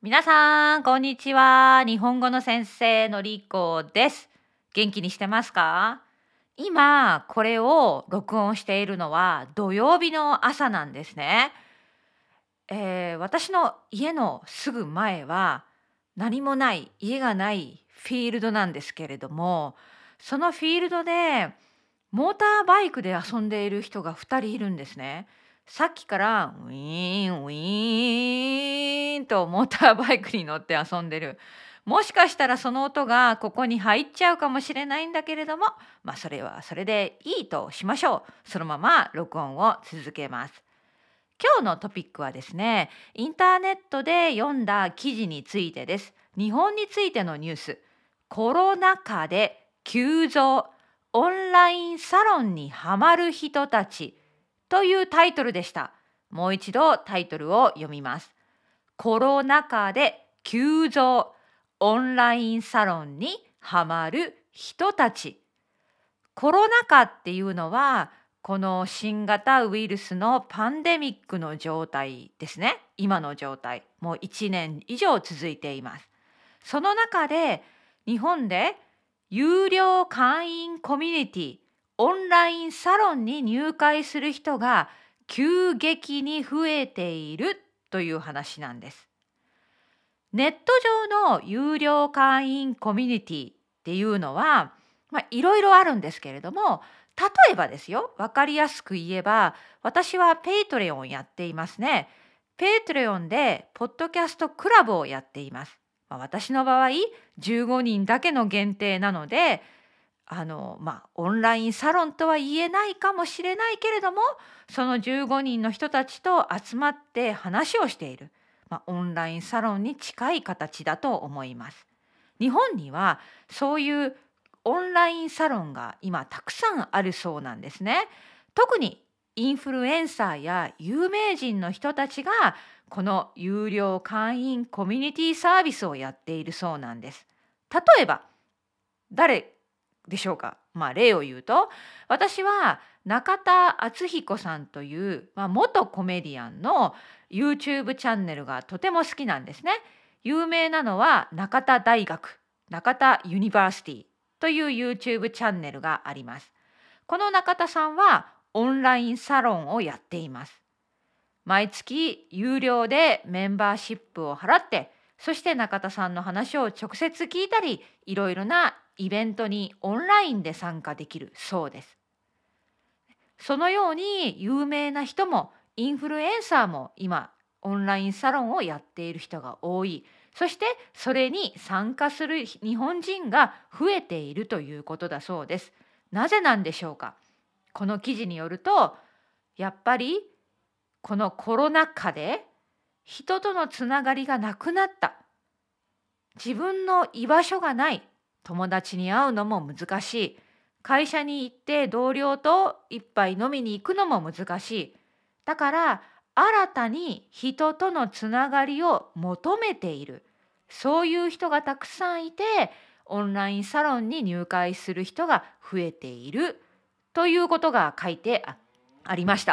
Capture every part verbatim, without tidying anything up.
皆さん、こんにちは。日本語の先生のりこです。元気にしてますか？今、これを録音しているのは土曜日の朝なんですね。えー私の家のすぐ前は何もない家がないフィールドなんですけれども、そのフィールドでモーターバイクで遊んでいる人がふたりいるんですね。さっきからウィーンウィーンとモーターバイクに乗って遊んでる。もしかしたらその音がここに入っちゃうかもしれないんだけれども、まあそれはそれでいいとしましょう。そのまま録音を続けます。今日のトピックはですね、インターネットで読んだ記事についてです。日本についてのニュース、コロナ禍で急増、オンラインサロンにハマる人たちというタイトルでした。もう一度タイトルを読みます。コロナ禍で急増、オンラインサロンにハマる人たち。コロナ禍っていうのは、この新型ウイルスのパンデミックの状態ですね。今の状態。もういちねん以上続いています。その中で日本で有料会員コミュニティ、オンラインサロンに入会する人が急激に増えているという話なんです。ネット上の有料会員コミュニティっていうのは、まあ、いろいろあるんですけれども、例えばですよ、わかりやすく言えば、私はペイトレオンやっていますね。ペイトレオンでポッドキャストクラブをやっています。まあ、私の場合、じゅうごにんだけの限定なので、あの、まあ、オンラインサロンとは言えないかもしれないけれども、そのじゅうごにんの人たちと集まって話をしている。まあ、オンラインサロンに近い形だと思います。日本にはそういうオンラインサロンが今たくさんあるそうなんですね。特にインフルエンサーや有名人の人たちがこの有料会員コミュニティサービスをやっているそうなんです。例えば誰でしょうか。まあ例を言うと、私は中田敦彦さんという、まあ、元コメディアンの YouTube チャンネルがとても好きなんですね。有名なのは中田大学、中田ユニバーシティという YouTube チャンネルがあります。この中田さんはオンラインサロンをやっています。毎月有料でメンバーシップを払って、そして中田さんの話を直接聞いたり、いろいろなイベントにオンラインで参加できるそうです。そのように有名な人もインフルエンサーも今オンラインサロンをやっている人が多い。そしてそれに参加する日本人が増えているということだそうです。なぜなんでしょうか。この記事によると、やっぱりこのコロナ禍で人とのつながりがなくなった。自分の居場所がない。友達に会うのも難しい。会社に行って同僚と一杯飲みに行くのも難しい。だから新たに人とのつながりを求めている。そういう人がたくさんいて、オンラインサロンに入会する人が増えているということが書いてあありました。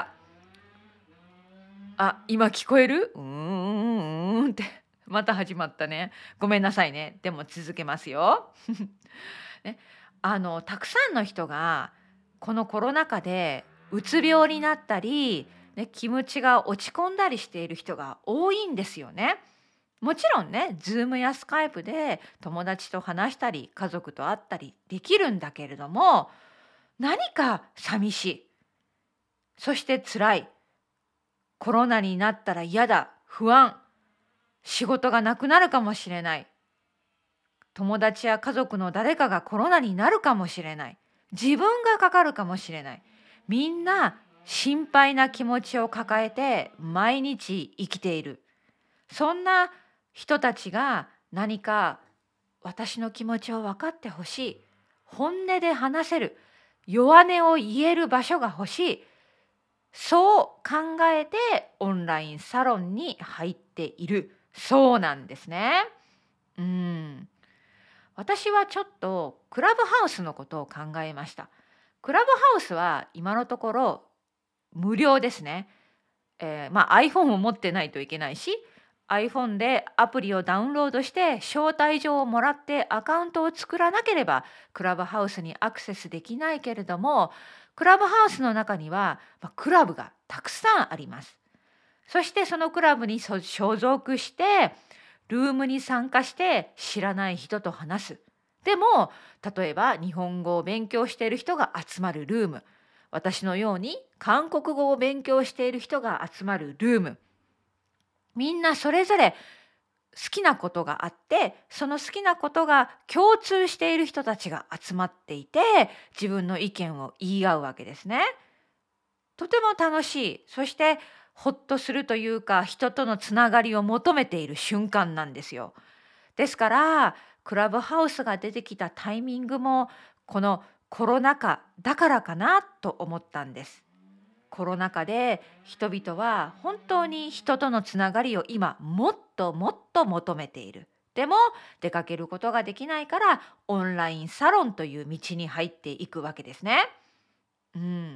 あ、今聞こえる？うーん、うーんってまた始まったね。ごめんなさいね。でも続けますよ。ね、あのたくさんの人がこのコロナ禍でうつ病になったり、ね、気持ちが落ち込んだりしている人が多いんですよね。もちろんね、ズームやスカイプで友達と話したり、家族と会ったりできるんだけれども、何か寂しい、そして辛い、コロナになったら嫌だ、不安、仕事がなくなるかもしれない、友達や家族の誰かがコロナになるかもしれない、自分がかかるかもしれない。みんな心配な気持ちを抱えて毎日生きている。そんな人たちが何か私の気持ちを分かってほしい、本音で話せる、弱音を言える場所が欲しい、そう考えてオンラインサロンに入っているそうなんですね。うん。私はちょっとクラブハウスのことを考えました。クラブハウスは今のところ無料ですね。えーまあ、iPhone を持ってないといけないし、 iPhone でアプリをダウンロードして招待状をもらってアカウントを作らなければクラブハウスにアクセスできないけれども、クラブハウスの中には、まあクラブがたくさんあります。そしてそのクラブにそ所属してルームに参加して知らない人と話す。でも例えば日本語を勉強している人が集まるルーム、私のように韓国語を勉強している人が集まるルーム、みんなそれぞれ好きなことがあって、その好きなことが共通している人たちが集まっていて、自分の意見を言い合うわけですね。とても楽しい、そしてほっとするというか、人とのつながりを求めている瞬間なんですよ。ですからクラブハウスが出てきたタイミングもこのコロナ禍だからかなと思ったんです。コロナ禍で人々は本当に人とのつながりを今もっともっと求めている。でも出かけることができないからオンラインサロンという道に入っていくわけですね。うん、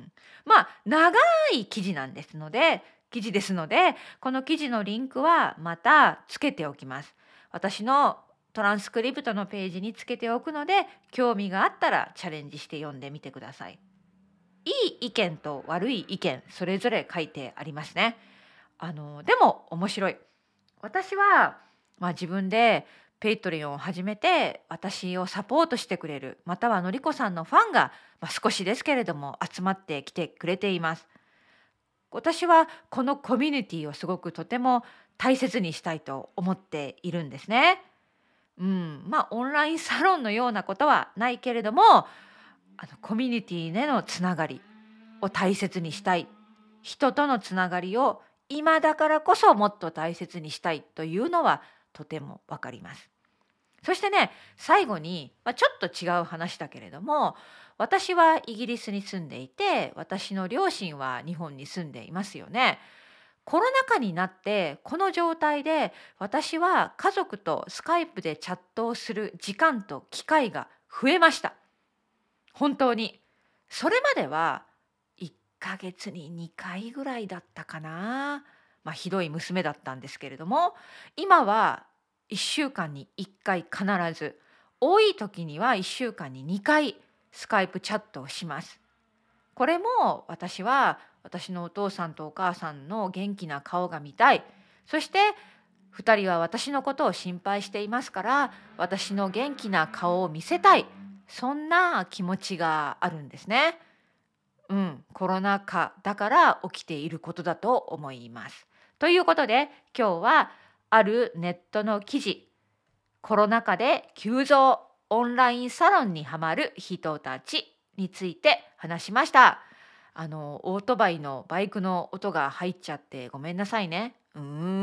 まあ長い記事なんですので記事ですので、この記事のリンクはまたつけておきます。私のトランスクリプトのページにつけておくので、興味があったらチャレンジして読んでみてください。いい意見と悪い意見それぞれ書いてありますね。あのでも面白い。私は、まあ、自分でペイトリオンを始めて私をサポートしてくれる、またはのりこさんのファンが、まあ、少しですけれども集まってきてくれています。私はこのコミュニティをすごくとても大切にしたいと思っているんですね。うん、まあオンラインサロンのようなことはないけれども、あのコミュニティでのつながりを大切にしたい、人とのつながりを今だからこそもっと大切にしたいというのはとてもわかります。そしてね、最後に、まあ、ちょっと違う話だけれども、私はイギリスに住んでいて、私の両親は日本に住んでいますよね。コロナ禍になってこの状態で私は家族とスカイプでチャットをする時間と機会が増えました。本当に。それまではいっかげつににかいぐらいだったかな。まあひどい娘だったんですけれども、今はいっしゅうかんにいっかい必ず、多い時にはいっしゅうかんににかいスカイプチャットをします。これも私は私のお父さんとお母さんの元気な顔が見たい。そしてふたりは私のことを心配していますから、私の元気な顔を見せたい。そんな気持ちがあるんですね。うん、コロナ禍だから起きていることだと思います。ということで今日はあるネットの記事、コロナ禍で急増オンラインサロンにハマる人たちについて話しました。あのオートバイのバイクの音が入っちゃってごめんなさいね。うー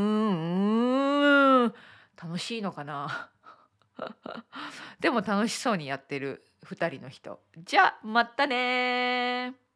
ん、うーん楽しいのかな。でも楽しそうにやってるふたりの人。じゃあまたね。